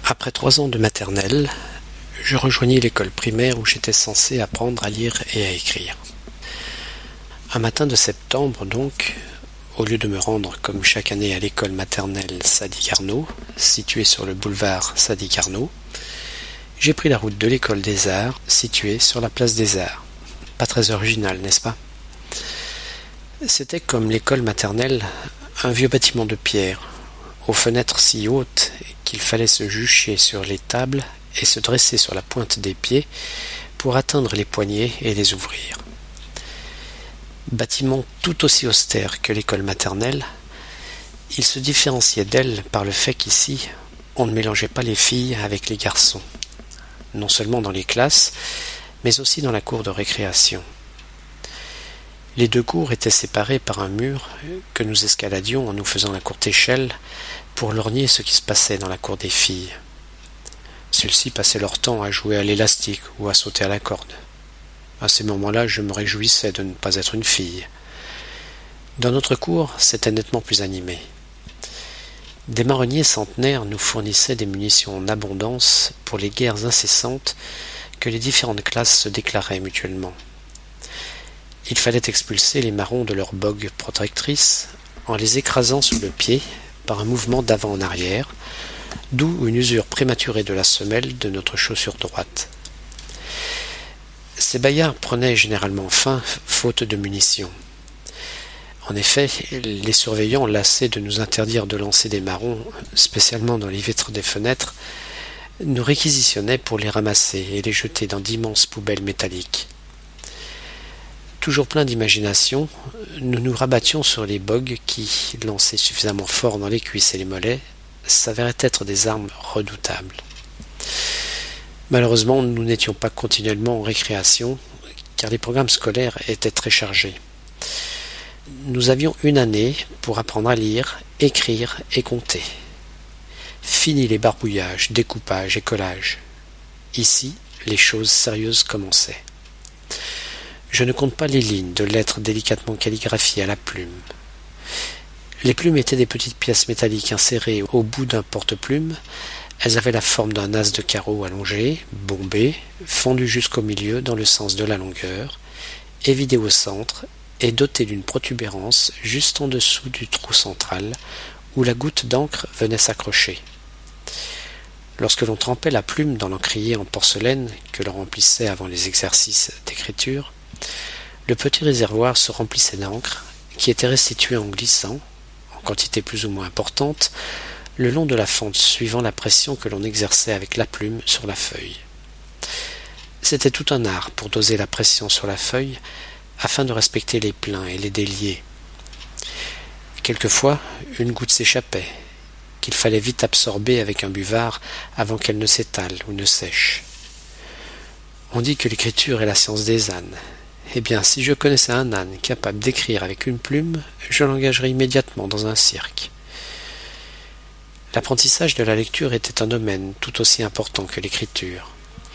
Après 3 ans de maternelle, je rejoignis l'école primaire où j'étais censé apprendre à lire et à écrire. Un matin de septembre donc, au lieu de me rendre comme chaque année à l'école maternelle Sadi-Carnot, située sur le boulevard Sadi-Carnot, j'ai pris la route de l'école des Arts, située sur la place des Arts. Pas très original, n'est-ce pas? C'était comme l'école maternelle, un vieux bâtiment de pierre, aux fenêtres si hautes qu'il fallait se jucher sur les tables et se dresser sur la pointe des pieds pour atteindre les poignets et les ouvrir. Bâtiment tout aussi austère que l'école maternelle, il se différenciait d'elle par le fait qu'ici, on ne mélangeait pas les filles avec les garçons, non seulement dans les classes, mais aussi dans la cour de récréation. Les deux cours étaient séparés par un mur que nous escaladions en nous faisant la courte échelle pour lorgner ce qui se passait dans la cour des filles. Celles-ci passaient leur temps à jouer à l'élastique ou à sauter à la corde. À ces moments-là, je me réjouissais de ne pas être une fille. Dans notre cour, c'était nettement plus animé. Des marronniers centenaires nous fournissaient des munitions en abondance pour les guerres incessantes que les différentes classes se déclaraient mutuellement. Il fallait expulser les marrons de leur bogue protectrice en les écrasant sous le pied par un mouvement d'avant en arrière, d'où une usure prématurée de la semelle de notre chaussure droite. Ces baillards prenaient généralement fin, faute de munitions. En effet, les surveillants, lassés de nous interdire de lancer des marrons, spécialement dans les vitres des fenêtres, nous réquisitionnaient pour les ramasser et les jeter dans d'immenses poubelles métalliques. Toujours plein d'imagination, nous nous rabattions sur les bogues qui, lancés suffisamment fort dans les cuisses et les mollets, s'avéraient être des armes redoutables. Malheureusement, nous n'étions pas continuellement en récréation, car les programmes scolaires étaient très chargés. Nous avions une année pour apprendre à lire, écrire et compter. Fini les barbouillages, découpages et collages. Ici, les choses sérieuses commençaient. Je ne compte pas les lignes de lettres délicatement calligraphiées à la plume. Les plumes étaient des petites pièces métalliques insérées au bout d'un porte-plume. Elles avaient la forme d'un as de carreau allongé, bombé, fendu jusqu'au milieu dans le sens de la longueur, évidé au centre et doté d'une protubérance juste en dessous du trou central où la goutte d'encre venait s'accrocher. Lorsque l'on trempait la plume dans l'encrier en porcelaine que l'on remplissait avant les exercices d'écriture, le petit réservoir se remplissait d'encre qui était restituée en glissant, en quantité plus ou moins importante, le long de la fente suivant la pression que l'on exerçait avec la plume sur la feuille. C'était tout un art pour doser la pression sur la feuille afin de respecter les pleins et les déliés. Quelquefois, une goutte s'échappait, qu'il fallait vite absorber avec un buvard avant qu'elle ne s'étale ou ne sèche. On dit que l'écriture est la science des ânes. Eh bien, si je connaissais un âne capable d'écrire avec une plume, je l'engagerais immédiatement dans un cirque. L'apprentissage de la lecture était un domaine tout aussi important que l'écriture.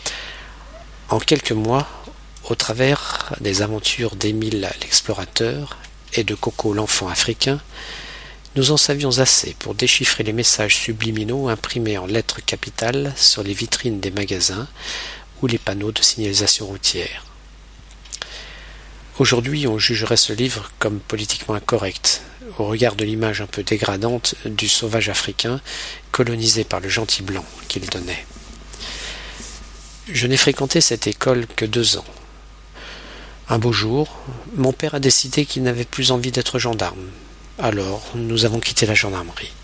En quelques mois, au travers des aventures d'Émile l'explorateur et de Coco l'enfant africain, nous en savions assez pour déchiffrer les messages subliminaux imprimés en lettres capitales sur les vitrines des magasins ou les panneaux de signalisation routière. Aujourd'hui, on jugerait ce livre comme politiquement incorrect, au regard de l'image un peu dégradante du sauvage africain colonisé par le gentil blanc qu'il donnait. Je n'ai fréquenté cette école que 2 ans. Un beau jour, mon père a décidé qu'il n'avait plus envie d'être gendarme. Alors, nous avons quitté la gendarmerie.